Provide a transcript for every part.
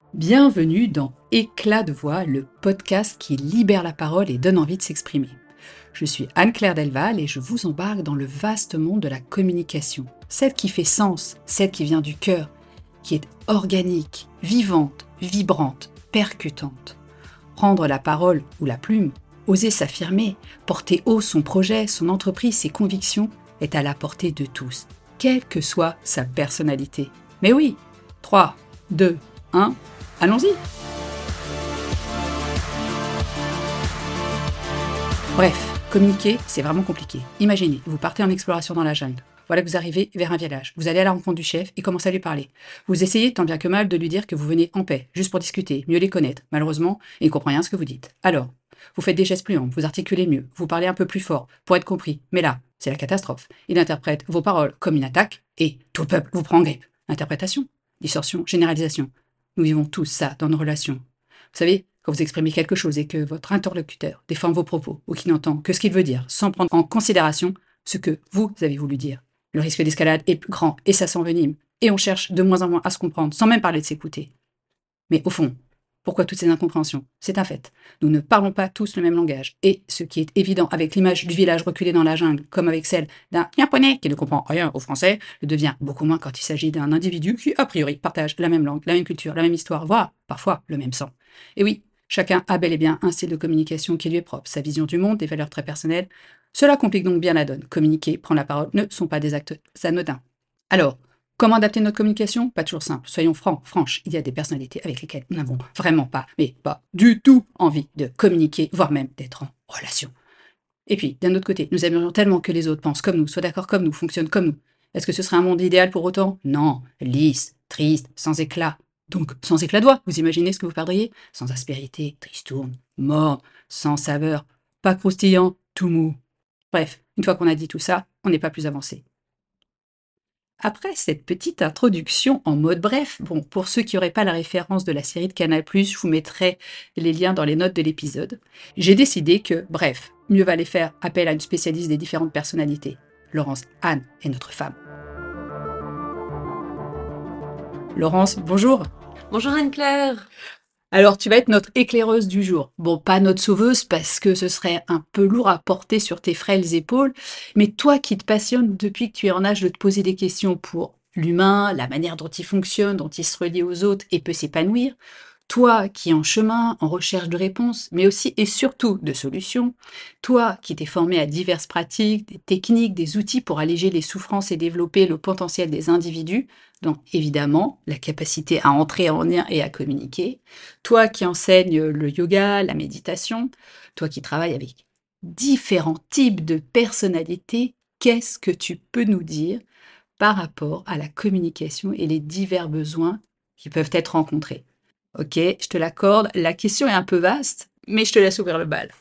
Bienvenue dans Éclat de voix, le podcast qui libère la parole et donne envie de s'exprimer. Je suis Anne-Claire Delval et je vous embarque dans le vaste monde de la communication. Celle qui fait sens, celle qui vient du cœur, qui est organique, vivante, vibrante, percutante. Prendre la parole ou la plume, oser s'affirmer, porter haut son projet, son entreprise, ses convictions, est à la portée de tous, quelle que soit sa personnalité. Mais oui, 3, 2, 1, allons-y. Bref, communiquer, c'est vraiment compliqué. Imaginez, vous partez en exploration dans la jungle. Voilà que vous arrivez vers un village. Vous allez à la rencontre du chef et commencez à lui parler. Vous essayez tant bien que mal de lui dire que vous venez en paix, juste pour discuter, mieux les connaître. Malheureusement, il ne comprend rien à ce que vous dites. Alors, vous faites des gestes plus amples, vous articulez mieux, vous parlez un peu plus fort pour être compris. Mais là, c'est la catastrophe. Il interprète vos paroles comme une attaque et tout le peuple vous prend en grippe. Interprétation, distorsion, généralisation. Nous vivons tous ça dans nos relations. Vous savez, quand vous exprimez quelque chose et que votre interlocuteur défend vos propos ou qu'il n'entend que ce qu'il veut dire sans prendre en considération ce que vous avez voulu dire, le risque d'escalade est plus grand et ça s'envenime. Et on cherche de moins en moins à se comprendre sans même parler de s'écouter. Mais au fond, pourquoi toutes ces incompréhensions? C'est un fait. Nous ne parlons pas tous le même langage. Et ce qui est évident avec l'image du village reculé dans la jungle, comme avec celle d'un japonais qui ne comprend rien au français, le devient beaucoup moins quand il s'agit d'un individu qui, a priori, partage la même langue, la même culture, la même histoire, voire parfois le même sang. Et oui, chacun a bel et bien un style de communication qui lui est propre, sa vision du monde, des valeurs très personnelles. Cela complique donc bien la donne. Communiquer, prendre la parole ne sont pas des actes anodins. Alors, comment adapter notre communication? Pas toujours simple. Soyons francs, franches. Il y a des personnalités avec lesquelles nous n'avons vraiment pas, mais pas du tout envie de communiquer, voire même d'être en relation. Et puis, d'un autre côté, nous aimerions tellement que les autres pensent comme nous, soient d'accord comme nous, fonctionnent comme nous. Est-ce que ce serait un monde idéal pour autant? Non. Lisse, triste, sans éclat. Donc, sans éclat de voix, vous imaginez ce que vous perdriez? Sans aspérité, tristourne, morne, sans saveur, pas croustillant, tout mou. Bref, une fois qu'on a dit tout ça, on n'est pas plus avancé. Après cette petite introduction en mode bref, bon, pour ceux qui n'auraient pas la référence de la série de Canal+, je vous mettrai les liens dans les notes de l'épisode. J'ai décidé que, bref, mieux valait faire appel à une spécialiste des différentes personnalités. Laurence Anne est notre femme. Laurence, bonjour. Bonjour Anne-Claire. Alors, tu vas être notre éclaireuse du jour. Bon, pas notre sauveuse parce que ce serait un peu lourd à porter sur tes frêles épaules, mais toi qui te passionnes depuis que tu es en âge de te poser des questions pour l'humain, la manière dont il fonctionne, dont il se relie aux autres et peut s'épanouir, toi qui es en chemin, en recherche de réponses, mais aussi et surtout de solutions, toi qui t'es formé à diverses pratiques, des techniques, des outils pour alléger les souffrances et développer le potentiel des individus, donc évidemment la capacité à entrer en lien et à communiquer, toi qui enseignes le yoga, la méditation, toi qui travailles avec différents types de personnalités, qu'est-ce que tu peux nous dire par rapport à la communication et les divers besoins qui peuvent être rencontrés? Ok, je te l'accorde, la question est un peu vaste, mais je te laisse ouvrir le bal.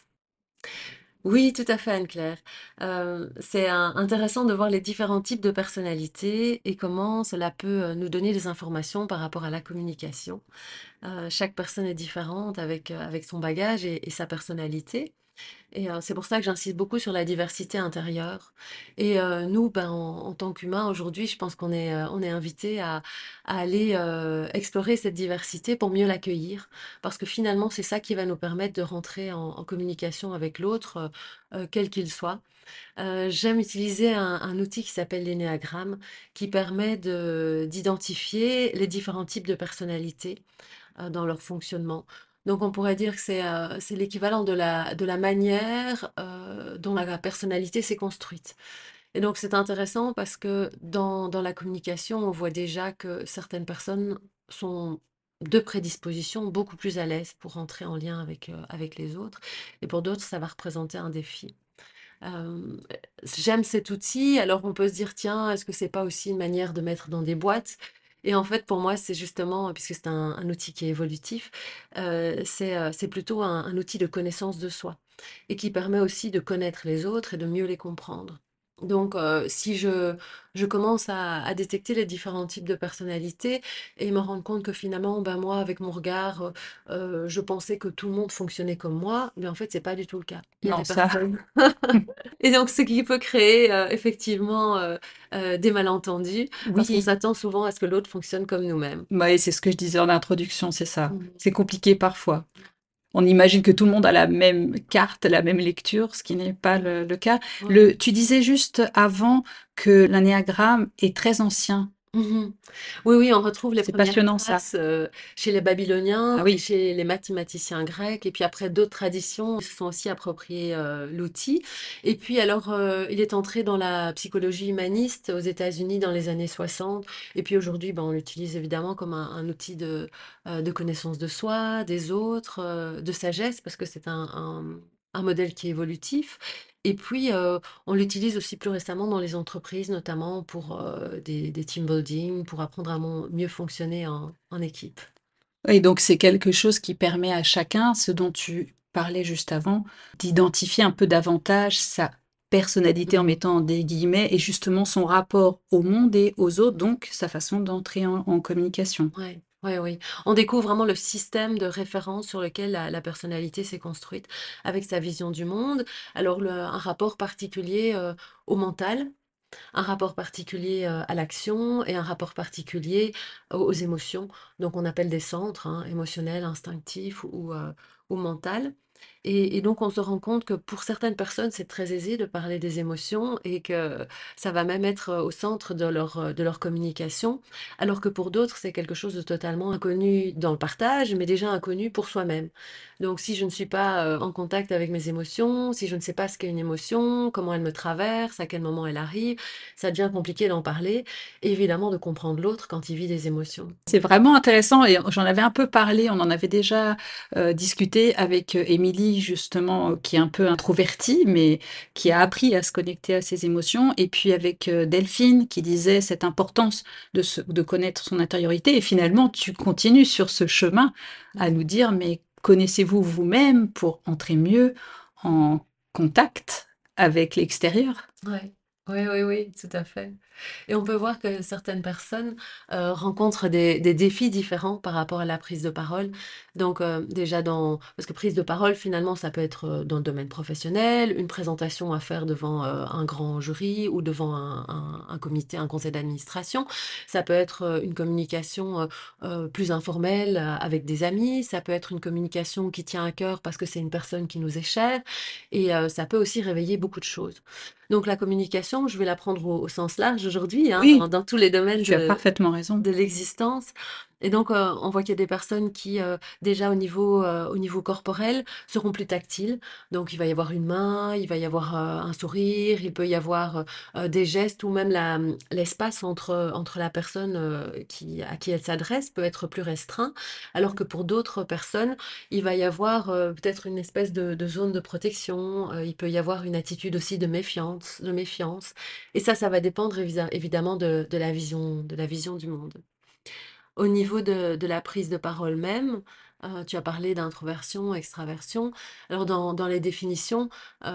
Oui, tout à fait Anne-Claire. C'est intéressant de voir les différents types de personnalités et comment cela peut nous donner des informations par rapport à la communication. Chaque personne est différente avec son bagage et sa personnalité. Et c'est pour ça que j'insiste beaucoup sur la diversité intérieure. Et nous, ben, en tant qu'humains, aujourd'hui, je pense on est invités à aller explorer cette diversité pour mieux l'accueillir. Parce que finalement, c'est ça qui va nous permettre de rentrer en communication avec l'autre, quel qu'il soit. J'aime utiliser un outil qui s'appelle l'énéagramme, qui permet d'identifier les différents types de personnalités dans leur fonctionnement. Donc on pourrait dire que c'est l'équivalent de la manière dont la personnalité s'est construite. Et donc c'est intéressant parce que dans la communication, on voit déjà que certaines personnes sont de prédisposition beaucoup plus à l'aise pour entrer en lien avec les autres. Et pour d'autres, ça va représenter un défi. Euh, J'aime cet outil. Alors on peut se dire, tiens, est-ce que c'est pas aussi une manière de mettre dans des boîtes? Et en fait, pour moi, c'est justement, puisque c'est un outil qui est évolutif, c'est plutôt un outil de connaissance de soi et qui permet aussi de connaître les autres et de mieux les comprendre. Donc, si je commence à détecter les différents types de personnalités et me rendre compte que finalement, ben moi, avec mon regard, je pensais que tout le monde fonctionnait comme moi, mais en fait, c'est pas du tout le cas. Il y a Non, des ça, personnes et donc ce qui peut créer, effectivement, des malentendus parce qu'on oui. s'attend souvent à ce que l'autre fonctionne comme nous-mêmes. Ouais, c'est ce que je disais en introduction, c'est ça. Mmh. C'est compliqué parfois. On imagine que tout le monde a la même carte, la même lecture, ce qui n'est pas le cas. Ouais. Tu disais juste avant que l'anéagramme est très ancien. Mmh. Oui, oui, on retrouve les C'est premières passionnant ça. traces, chez les Babyloniens Ah et oui. chez les mathématiciens grecs et puis après d'autres traditions se sont aussi appropriées, l'outil et puis alors, il est entré dans la psychologie humaniste aux États-Unis dans les années 60 et puis aujourd'hui, ben, on l'utilise évidemment comme un outil de connaissance de soi, des autres, de sagesse parce que c'est un modèle qui est évolutif et puis, on l'utilise aussi plus récemment dans les entreprises, notamment pour des team building, pour apprendre à mieux fonctionner en équipe. Et donc c'est quelque chose qui permet à chacun, ce dont tu parlais juste avant, d'identifier un peu davantage sa personnalité en Mhm. mettant des guillemets et justement son rapport au monde et aux autres, donc sa façon d'entrer en communication. Ouais, ouais, oui. On découvre vraiment le système de référence sur lequel la personnalité s'est construite avec sa vision du monde. Alors, un rapport particulier au mental, un rapport particulier à l'action et un rapport particulier aux émotions. Donc, on appelle des centres, hein, émotionnels, instinctifs ou mental. Et donc, on se rend compte que pour certaines personnes, c'est très aisé de parler des émotions et que ça va même être au centre de leur communication, alors que pour d'autres, c'est quelque chose de totalement inconnu dans le partage, mais déjà inconnu pour soi-même. Donc, si je ne suis pas en contact avec mes émotions, si je ne sais pas ce qu'est une émotion, comment elle me traverse, à quel moment elle arrive, ça devient compliqué d'en parler et évidemment de comprendre l'autre quand il vit des émotions. C'est vraiment intéressant et j'en avais un peu parlé, on en avait déjà discuté avec Émilie justement, qui est un peu introvertie, mais qui a Mhm. appris à se connecter à ses émotions, et puis avec Delphine qui disait cette importance de connaître son intériorité, et finalement tu continues sur ce chemin à nous dire, mais connaissez-vous vous-même pour entrer mieux en contact avec l'extérieur? Ouais. Oui, oui, oui, tout à fait. Et on peut voir que certaines personnes rencontrent des défis différents par rapport à la prise de parole. Donc déjà parce que prise de parole finalement ça peut être dans le domaine professionnel, une présentation à faire devant un grand jury ou devant un comité, un conseil d'administration. Ça peut être une communication plus informelle avec des amis. Ça peut être une communication qui tient à cœur parce que c'est une personne qui nous est chère. Et ça peut aussi réveiller beaucoup de choses. Donc la communication, je vais la prendre au sens large aujourd'hui, hein, Oui, dans tous les domaines tu as parfaitement raison. de l'existence. Et donc, on voit qu'il y a des personnes qui, déjà au niveau corporel, seront plus tactiles. Donc, il va y avoir une main, il va y avoir un sourire, il peut y avoir des gestes ou même l'espace entre la personne à qui elle s'adresse peut être plus restreint. Alors que pour d'autres personnes, il va y avoir peut-être une espèce de zone de protection. Il peut y avoir une attitude aussi de méfiance. Et ça va dépendre évidemment de la vision du monde. Au niveau de la prise de parole même, tu as parlé d'introversion, extraversion. Alors dans les définitions,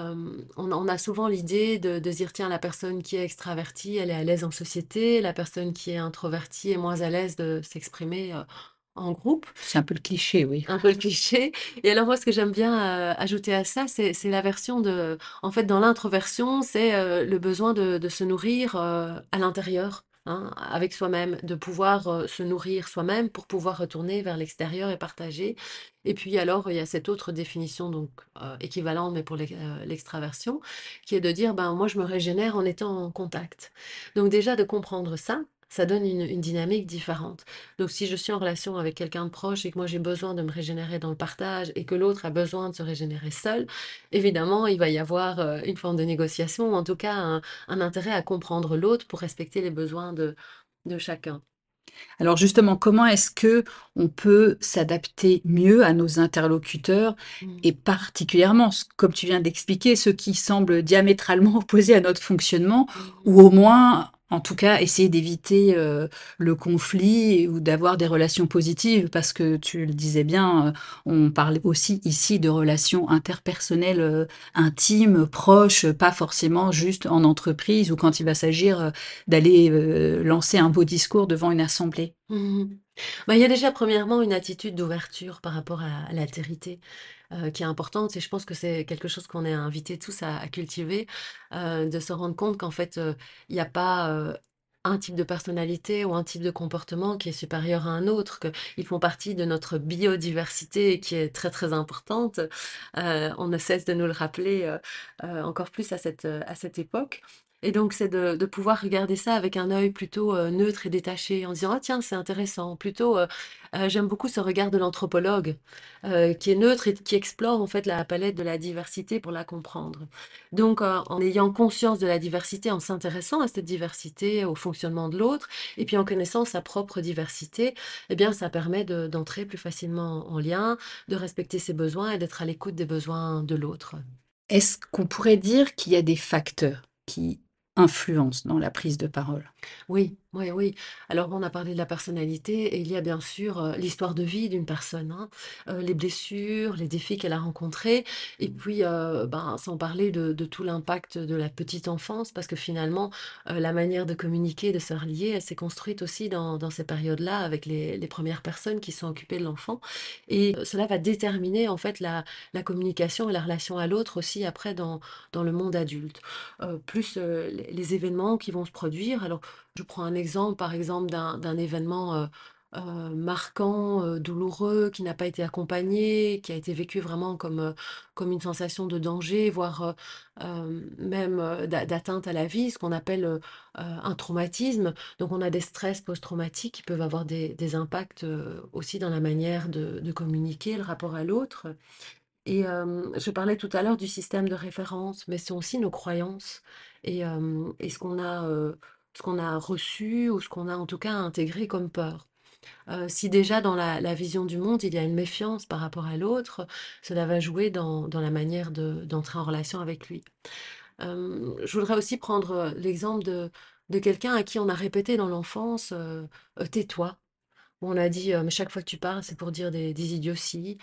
on a souvent l'idée de se dire, tiens, la personne qui est extravertie, elle est à l'aise en société, la personne qui est introvertie est moins à l'aise de s'exprimer en groupe, C'est un peu le cliché, oui. un peu le cliché. Et alors moi, ce que j'aime bien ajouter à ça, c'est la version de... En fait, dans l'introversion, c'est le besoin de se nourrir à l'intérieur, hein, avec soi-même, de pouvoir se nourrir soi-même pour pouvoir retourner vers l'extérieur et partager. Et puis alors, il y a cette autre définition, donc équivalente, mais pour l'extraversion, qui est de dire, ben moi, je me régénère en étant en contact. Donc déjà, de comprendre ça, ça donne une dynamique différente. Donc, si je suis en relation avec quelqu'un de proche et que moi j'ai besoin de me régénérer dans le partage et que l'autre a besoin de se régénérer seul, évidemment, il va y avoir une forme de négociation ou en tout cas un intérêt à comprendre l'autre pour respecter les besoins de chacun. Alors justement, comment est-ce que on peut s'adapter mieux à nos interlocuteurs Mm. et particulièrement, comme tu viens d'expliquer, ceux qui semblent diamétralement opposés à notre fonctionnement Mhm. ou au moins En tout cas, essayer d'éviter, le conflit ou d'avoir des relations positives parce que tu le disais bien, on parle aussi ici de relations interpersonnelles, intimes, proches, pas forcément juste en entreprise ou quand il va s'agir, d'aller, lancer un beau discours devant une assemblée. Mmh. Bah, il y a déjà premièrement une attitude d'ouverture par rapport à l'altérité, qui est importante et je pense que c'est quelque chose qu'on est invités tous à cultiver, de se rendre compte qu'en fait, il y a pas, un type de personnalité ou un type de comportement qui est supérieur à un autre, qu'ils font partie de notre biodiversité qui est très, très importante. On ne cesse de nous le rappeler, encore plus à cette époque et donc c'est de pouvoir regarder ça avec un œil plutôt, neutre et détaché en disant: «Ah tiens, c'est intéressant». Plutôt, j'aime beaucoup ce regard de l'anthropologue, qui est neutre et qui explore en fait la palette de la diversité pour la comprendre. Donc, en ayant conscience de la diversité, en s'intéressant à cette diversité, au fonctionnement de l'autre, et puis en connaissant sa propre diversité, eh bien, ça permet d'entrer plus facilement en lien, de respecter ses besoins et d'être à l'écoute des besoins de l'autre. Est-ce qu'on pourrait dire qu'il y a des facteurs qui influencent dans la prise de parole? Oui, oui, oui. Alors, on a parlé de la personnalité et il y a bien sûr l'histoire de vie d'une personne, hein, les blessures, les défis qu'elle a rencontrés, et puis ben, sans parler de tout l'impact de la petite enfance, parce que finalement, la manière de communiquer, de se relier, elle s'est construite aussi dans ces périodes-là avec les premières personnes qui sont occupées de l'enfant. Et cela va déterminer en fait la communication et la relation à l'autre aussi après dans le monde adulte. Plus les événements qui vont se produire. Alors, je prends un exemple, par exemple, d'un événement, marquant, douloureux, qui n'a pas été accompagné, qui a été vécu vraiment comme une sensation de danger, voire, même, d'atteinte à la vie, ce qu'on appelle, un traumatisme. Donc on a des stress post-traumatiques qui peuvent avoir des impacts, aussi dans la manière de communiquer, le rapport à l'autre. Et je parlais tout à l'heure du système de référence, mais c'est aussi nos croyances et ce qu'on a reçu ou ce qu'on a en tout cas intégré comme peur. Si déjà dans la vision du monde, il y a une méfiance par rapport à l'autre, cela va jouer dans la manière d'entrer en relation avec lui. Je voudrais aussi prendre, l'exemple de quelqu'un à qui on a répété dans l'enfance, «Tais-toi». Où on a dit, «Mais chaque fois que tu parles, c'est pour dire des idioties»,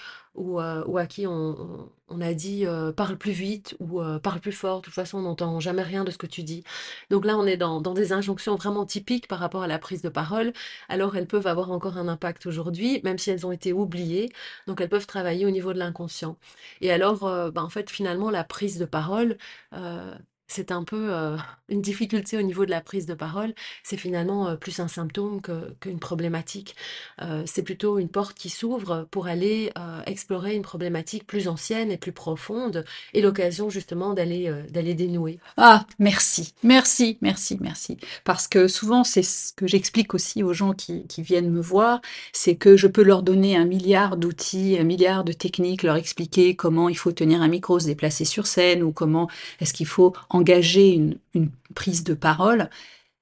ou à qui on a dit, «Parle plus vite» ou «Parle plus fort, de toute façon on n'entend jamais rien de ce que tu dis». Donc là, on est dans des injonctions vraiment typiques par rapport à la prise de parole. Alors elles peuvent avoir encore un impact aujourd'hui, même si elles ont été oubliées, donc elles peuvent travailler au niveau de l'inconscient. Et alors, bah, en fait, finalement, la prise de parole, heu, c'est un peu, une difficulté au niveau de la prise de parole. C'est finalement, plus un symptôme qu'une problématique. C'est plutôt une porte qui s'ouvre pour aller, explorer une problématique plus ancienne et plus profonde et l'occasion justement d'aller dénouer. Ah, merci, merci, merci, merci. Parce que souvent, c'est ce que j'explique aussi aux gens qui viennent me voir, c'est que je peux leur donner un milliard d'outils, un milliard de techniques, leur expliquer comment il faut tenir un micro, se déplacer sur scène ou comment est-ce qu'il faut engager une prise de parole.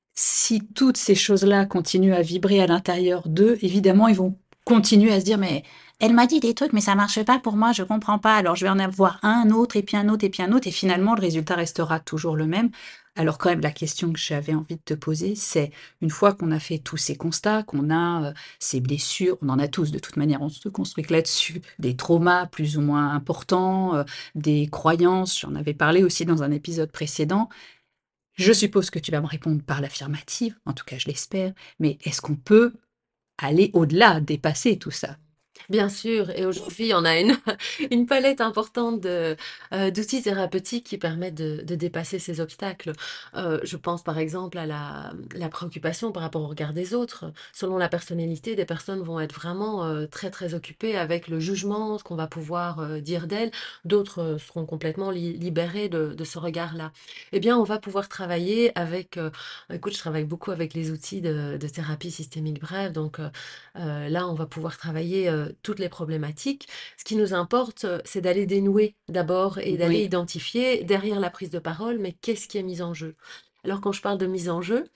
Si toutes ces choses-là continuent à vibrer à l'intérieur d'eux, évidemment, ils vont continuer à se dire, mais elle m'a dit des trucs, mais ça marche pas pour moi, je comprends pas. Alors je vais en avoir un autre, et puis un autre, et puis un autre, et finalement, le résultat restera toujours le même. Alors quand même, la question que j'avais envie de te poser, c'est, une fois qu'on a fait tous ces constats, qu'on a ces blessures, on en a tous de toute manière, on se construit que là-dessus, des traumas plus ou moins importants, des croyances, j'en avais parlé aussi dans un épisode précédent, je suppose que tu vas me répondre par l'affirmative, en tout cas je l'espère, mais est-ce qu'on peut aller au-delà, dépasser tout ça? Bien sûr, et aujourd'hui, on a une une palette importante d'outils thérapeutiques qui permettent de dépasser ces obstacles. Je pense par exemple à la préoccupation par rapport au regard des autres. Selon la personnalité, des personnes vont être vraiment, très, très occupées avec le jugement, ce qu'on va pouvoir, dire d'elles. D'autres, seront complètement libérées de ce regard-là. Eh bien, on va pouvoir travailler avec, écoute, je travaille beaucoup avec les outils de thérapie systémique brève, donc là, on va pouvoir travailler, toutes les problématiques. Ce qui nous importe, c'est d'aller dénouer d'abord et d'aller Oui, identifier derrière la prise de parole, mais qu'est-ce qui est mis en jeu? Alors quand je parle de mise en jeu,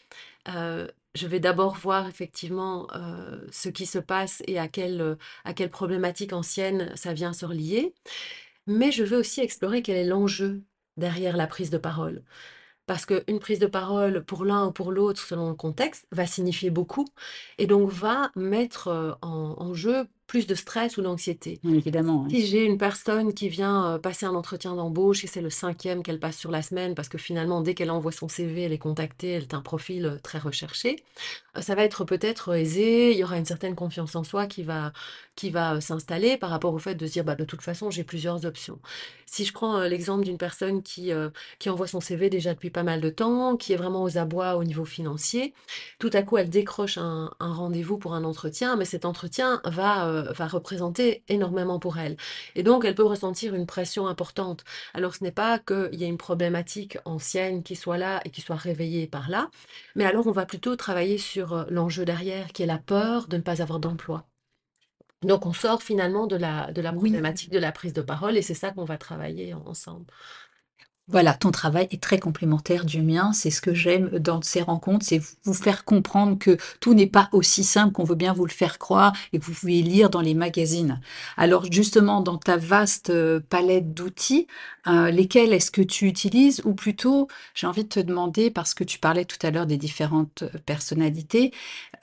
je vais d'abord voir effectivement, ce qui se passe et à quelle problématique ancienne ça vient se relier, mais je veux aussi explorer quel est l'enjeu derrière la prise de parole. parce qu'une prise de parole pour l'un ou pour l'autre, selon le contexte, va signifier beaucoup et donc va mettre en jeu plus de stress ou d'anxiété. Oui, évidemment, oui. Si j'ai une personne qui vient passer un entretien d'embauche et c'est le cinquième qu'elle passe sur la semaine parce que finalement, dès qu'elle envoie son CV, elle est contactée, elle a un profil très recherché, ça va être peut-être aisé, il y aura une certaine confiance en soi qui va s'installer par rapport au fait de se dire: «Bah, de toute façon, j'ai plusieurs options». Si je prends, l'exemple d'une personne qui envoie son CV déjà depuis pas mal de temps, qui est vraiment aux abois au niveau financier, tout à coup, elle décroche un rendez-vous pour un entretien, mais cet entretien va représenter énormément pour elle et donc elle peut ressentir une pression importante. Alors ce n'est pas qu'il y a une problématique ancienne qui soit là et qui soit réveillée par là, mais alors, on va plutôt travailler sur l'enjeu derrière, qui est la peur de ne pas avoir d'emploi. Donc, on sort finalement de la Oui, problématique de la prise de parole et c'est ça qu'on va travailler ensemble. voilà, ton travail est très complémentaire du mien. C'est ce que j'aime dans ces rencontres, c'est vous faire comprendre que tout n'est pas aussi simple qu'on veut bien vous le faire croire et que vous pouvez lire dans les magazines. Alors justement, dans ta vaste palette d'outils, lesquels est-ce que tu utilises? Ou plutôt, j'ai envie de te demander, parce que tu parlais tout à l'heure des différentes personnalités,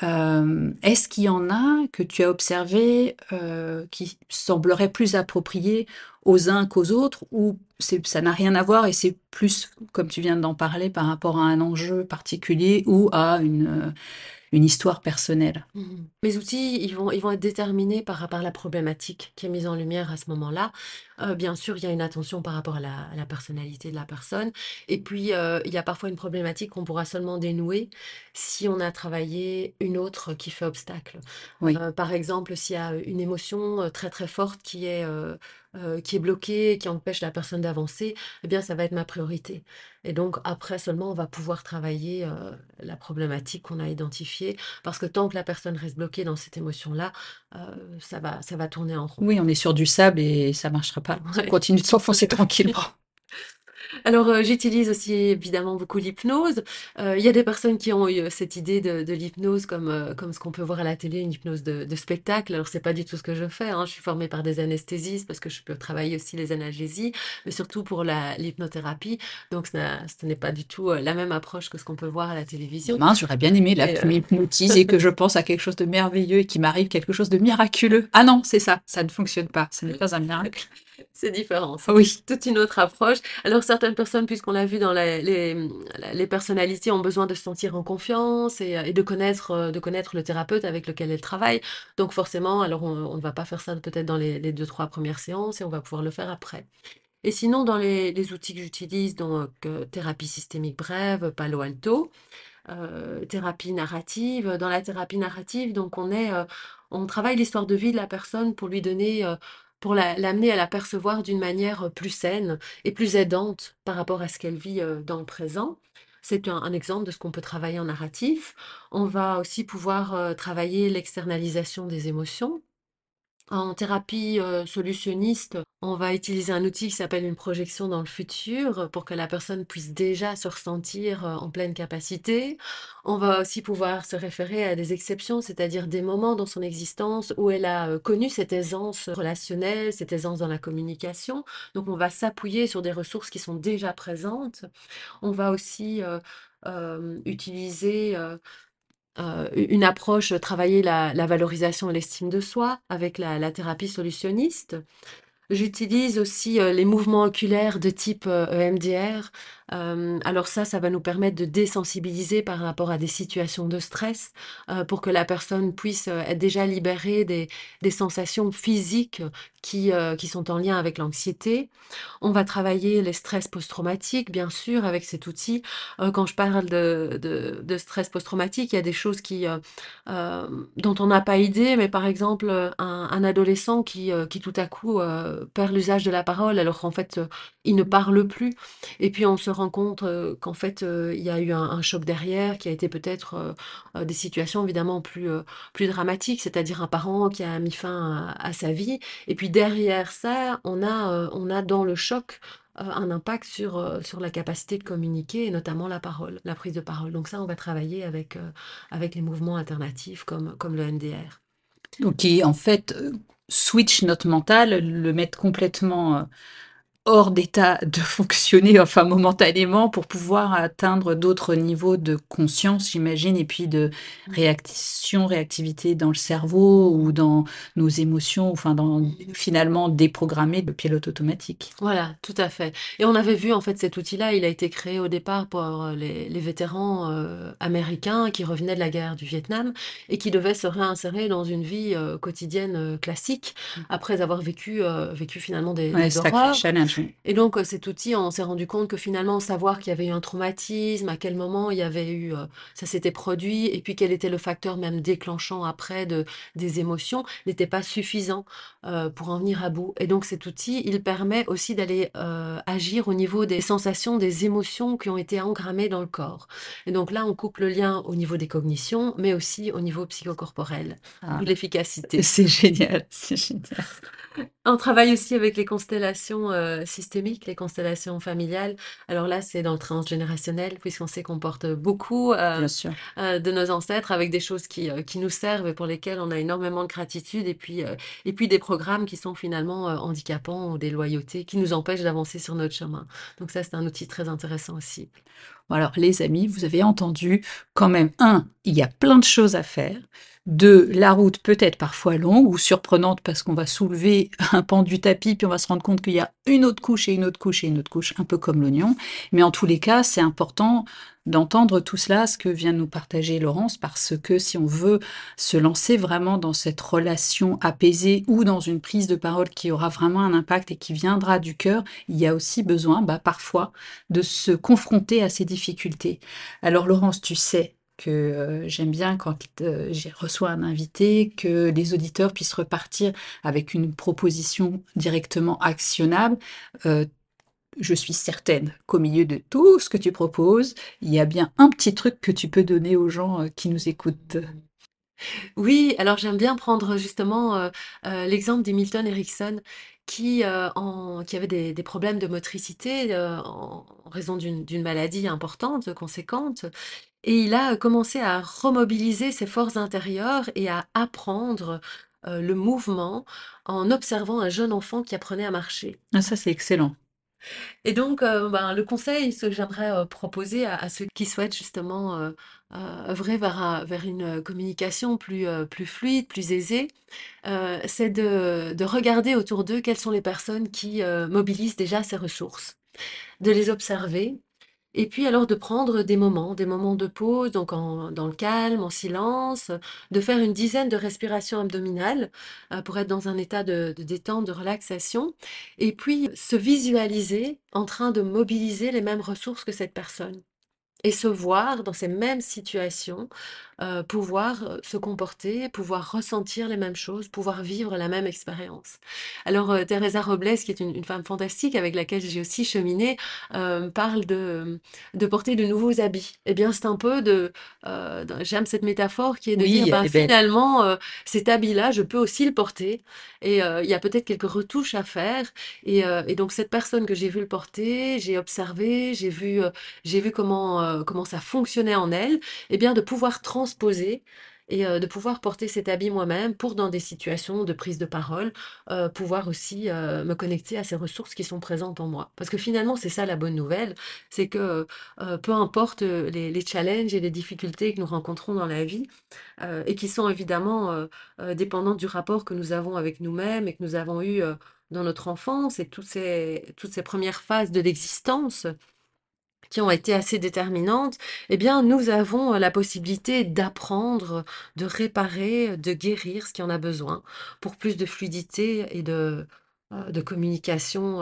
est-ce qu'il y en a que tu as observé qui sembleraient plus appropriés aux uns qu'aux autres, ou ça n'a rien à voir et c'est plus, comme tu viens d'en parler, par rapport à un enjeu particulier ou à une histoire personnelle? Mhm. Mes outils, ils vont être déterminés par la problématique qui est mise en lumière à ce moment-là. Bien sûr, il y a une attention par rapport à la personnalité de la personne. Et puis, il y a parfois une problématique qu'on pourra seulement dénouer si on a travaillé une autre qui fait obstacle. Oui. Par exemple, s'il y a une émotion très très forte qui est bloquée, qui empêche la personne d'avancer, eh bien, ça va être ma priorité. Et donc, après seulement, on va pouvoir travailler la problématique qu'on a identifiée parce que tant que la personne reste bloquée dans cette émotion-là, ça va tourner en rond. Oui, on est sur du sable et ça marchera pas. On Ouais. continue de s'enfoncer tranquillement. Alors, j'utilise aussi évidemment beaucoup l'hypnose. Il y a des personnes qui ont eu cette idée de l'hypnose comme ce qu'on peut voir à la télé, une hypnose de spectacle. Alors, c'est pas du tout ce que je fais, hein. Je suis formée par des anesthésistes parce que je peux travailler aussi les analgésies, mais surtout pour l'hypnothérapie. Donc, ce n'est pas du tout la même approche que ce qu'on peut voir à la télévision. Mince, j'aurais bien aimé là que Et, tu m'hypnotises et que je pense à quelque chose de merveilleux et qu'il m'arrive quelque chose de miraculeux. Ah non, c'est ça ne fonctionne pas. Ce n'est pas un miracle. c'est différent, c'est Oui. toute une autre approche. Alors certaines personnes, puisqu'on l'a vu dans les personnalités, ont besoin de se sentir en confiance et de connaître le thérapeute avec lequel elles travaillent. Donc forcément, alors on ne va pas faire ça peut-être dans les 2, 3 premières séances et on va pouvoir le faire après. Et sinon, dans les outils que j'utilise, donc thérapie systémique brève, Palo Alto, thérapie narrative. Dans la thérapie narrative, donc on travaille l'histoire de vie de la personne pour lui donner, pour l'amener à la percevoir d'une manière plus saine et plus aidante par rapport à ce qu'elle vit dans le présent. C'est un exemple de ce qu'on peut travailler en narratif. On va aussi pouvoir travailler l'externalisation des émotions. En thérapie solutionniste, on va utiliser un outil qui s'appelle une projection dans le futur pour que la personne puisse déjà se ressentir en pleine capacité. On va aussi pouvoir se référer à des exceptions, c'est-à-dire des moments dans son existence où elle a connu cette aisance relationnelle, cette aisance dans la communication. Donc on va s'appuyer sur des ressources qui sont déjà présentes. On va aussi utiliser une approche, travailler la valorisation et l'estime de soi avec la thérapie solutionniste. J'utilise aussi les mouvements oculaires de type EMDR. Alors ça va nous permettre de désensibiliser par rapport à des situations de stress pour que la personne puisse être déjà libérée des sensations physiques qui sont en lien avec l'anxiété. On va travailler les stress post-traumatiques, bien sûr, avec cet outil. Quand je parle de stress post-traumatique, il y a des choses dont on n'a pas idée, mais par exemple, un adolescent qui tout à coup perd l'usage de la parole, alors qu'en fait, il ne parle plus. Et puis on se rend compte qu'en fait, il y a eu un choc derrière, qui a été peut-être des situations évidemment plus dramatiques, c'est-à-dire un parent qui a mis fin à sa vie. Et puis derrière ça, on a dans le choc un impact sur la capacité de communiquer et notamment la parole, la prise de parole. Donc ça, on va travailler avec les mouvements alternatifs comme le NDR. Donc qui en fait switch notre mental, le mettre complètement hors d'état de fonctionner, enfin momentanément, pour pouvoir atteindre d'autres niveaux de conscience, j'imagine, et puis de réactivité dans le cerveau ou dans nos émotions, enfin dans finalement déprogrammer le pilote automatique. Voilà, tout à fait. Et on avait vu en fait cet outil-là, il a été créé au départ pour les vétérans américains qui revenaient de la guerre du Vietnam et qui devaient se réinsérer dans une vie quotidienne classique après avoir vécu finalement Ouais, des sacré horreurs. challenge, oui. Et donc, cet outil, on s'est rendu compte que finalement, savoir qu'il y avait eu un traumatisme, à quel moment il y avait eu, ça s'était produit, et puis quel était le facteur même déclenchant après des émotions, n'était pas suffisant pour en venir à bout. Et donc, cet outil, il permet aussi d'aller agir au niveau des sensations, des émotions qui ont été engrammées dans le corps. Et donc là, on coupe le lien au niveau des cognitions, mais aussi au niveau psychocorporel. Ah, D'où l'efficacité. c'est génial, c'est génial. On travaille aussi avec les constellations systémiques, les constellations familiales. Alors là, c'est dans le transgénérationnel, puisqu'on sait qu'on porte beaucoup Bien sûr. de nos ancêtres avec des choses qui nous servent et pour lesquelles on a énormément de gratitude, et puis des programmes qui sont finalement handicapants ou des loyautés qui nous empêchent d'avancer sur notre chemin. Donc ça, c'est un outil très intéressant aussi. Bon alors les amis, vous avez entendu quand même, un, il y a plein de choses à faire. Deux, la route peut être parfois longue ou surprenante parce qu'on va soulever un pan du tapis, puis on va se rendre compte qu'il y a une autre couche et une autre couche et une autre couche, un peu comme l'oignon. Mais en tous les cas, c'est important d'entendre tout cela, ce que vient de nous partager Laurence, parce que si on veut se lancer vraiment dans cette relation apaisée ou dans une prise de parole qui aura vraiment un impact et qui viendra du cœur, il y a aussi besoin, parfois, de se confronter à ces difficultés. Alors Laurence, tu sais que j'aime bien quand j'ai reçois un invité, que les auditeurs puissent repartir avec une proposition directement actionnable. Euh, je suis certaine qu'au milieu de tout ce que tu proposes, il y a bien un petit truc que tu peux donner aux gens qui nous écoutent. Oui, alors j'aime bien prendre justement l'exemple d'Hamilton Erickson qui avait des problèmes de motricité en raison d'une maladie importante, conséquente. Et il a commencé à remobiliser ses forces intérieures et à apprendre le mouvement en observant un jeune enfant qui apprenait à marcher. Ah, ça, c'est excellent. Et donc, le conseil, ce que j'aimerais proposer à ceux qui souhaitent justement œuvrer vers une communication plus fluide, plus aisée, c'est de regarder autour d'eux quelles sont les personnes qui mobilisent déjà ces ressources, de les observer et puis alors de prendre des moments de pause, donc dans le calme, en silence, de faire une dizaine de respirations abdominales pour être dans un état de détente, de relaxation, et puis se visualiser en train de mobiliser les mêmes ressources que cette personne et se voir dans ces mêmes situations, pouvoir, se comporter, pouvoir ressentir les mêmes choses, pouvoir vivre la même expérience. Alors, Teresa Robles, qui est une femme fantastique avec laquelle j'ai aussi cheminé, parle de porter de nouveaux habits. Eh bien, c'est un peu j'aime cette métaphore qui est de dire, Oui, elle ben, est belle. finalement, cet habit-là, je peux aussi le porter et il y a peut-être quelques retouches à faire et donc cette personne que j'ai vu le porter, j'ai observé, j'ai vu comment ça fonctionnait en elle, et bien de pouvoir transposer et de pouvoir porter cet habit moi-même pour dans des situations de prise de parole, pouvoir aussi me connecter à ces ressources qui sont présentes en moi. Parce que finalement, c'est ça la bonne nouvelle, c'est que peu importe les challenges et les difficultés que nous rencontrons dans la vie, et qui sont évidemment dépendantes du rapport que nous avons avec nous-mêmes et que nous avons eu dans notre enfance et toutes ces premières phases de l'existence, qui ont été assez déterminantes, eh bien, nous avons la possibilité d'apprendre, de réparer, de guérir ce qui en a besoin pour plus de fluidité et de communication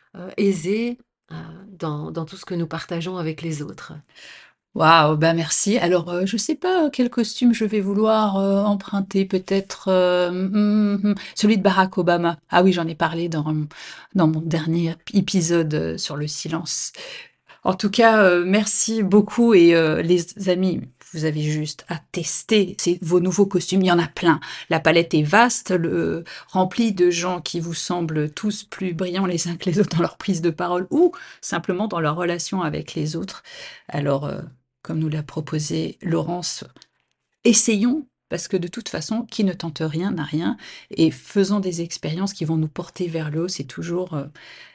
aisée dans tout ce que nous partageons avec les autres. Waouh, bah merci. Alors, je sais pas quel costume je vais vouloir emprunter, peut-être celui de Barack Obama. Ah oui, j'en ai parlé dans mon dernier épisode sur le silence. En tout cas, merci beaucoup et les amis, vous avez juste à tester vos nouveaux costumes. Il y en a plein. La palette est vaste, remplie de gens qui vous semblent tous plus brillants les uns que les autres dans leur prise de parole ou simplement dans leur relation avec les autres. Alors, comme nous l'a proposé Laurence, essayons, parce que de toute façon, qui ne tente rien n'a rien, et faisons des expériences qui vont nous porter vers le haut, c'est toujours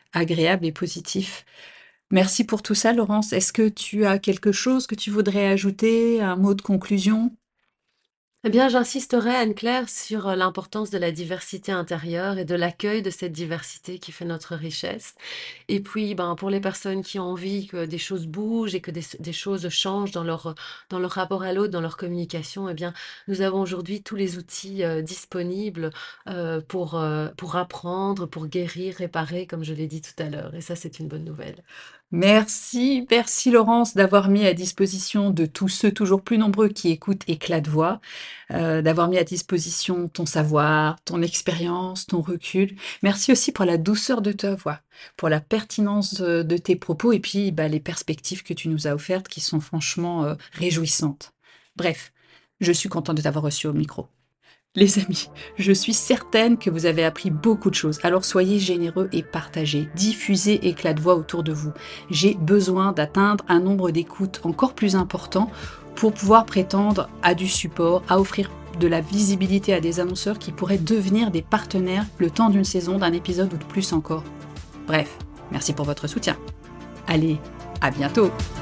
agréable et positif. Merci pour tout ça, Laurence. Est-ce que tu as quelque chose que tu voudrais ajouter, un mot de conclusion? Eh bien, j'insisterai, Anne-Claire, sur l'importance de la diversité intérieure et de l'accueil de cette diversité qui fait notre richesse. Et puis, ben, pour les personnes qui ont envie que des choses bougent et que des choses changent dans leur rapport à l'autre, dans leur communication, eh bien, nous avons aujourd'hui tous les outils disponibles pour apprendre, pour guérir, réparer, comme je l'ai dit tout à l'heure. Et ça, c'est une bonne nouvelle. Merci, merci Laurence d'avoir mis à disposition de tous ceux toujours plus nombreux qui écoutent Éclat de voix, d'avoir mis à disposition ton savoir, ton expérience, ton recul. Merci aussi pour la douceur de ta voix, pour la pertinence de tes propos et puis bah, les perspectives que tu nous as offertes qui sont franchement réjouissantes. Bref, je suis contente de t'avoir reçu au micro. Les amis, je suis certaine que vous avez appris beaucoup de choses, alors soyez généreux et partagez, diffusez Éclat de voix autour de vous. J'ai besoin d'atteindre un nombre d'écoutes encore plus important pour pouvoir prétendre à du support, à offrir de la visibilité à des annonceurs qui pourraient devenir des partenaires le temps d'une saison, d'un épisode ou de plus encore. Bref, merci pour votre soutien. Allez, à bientôt!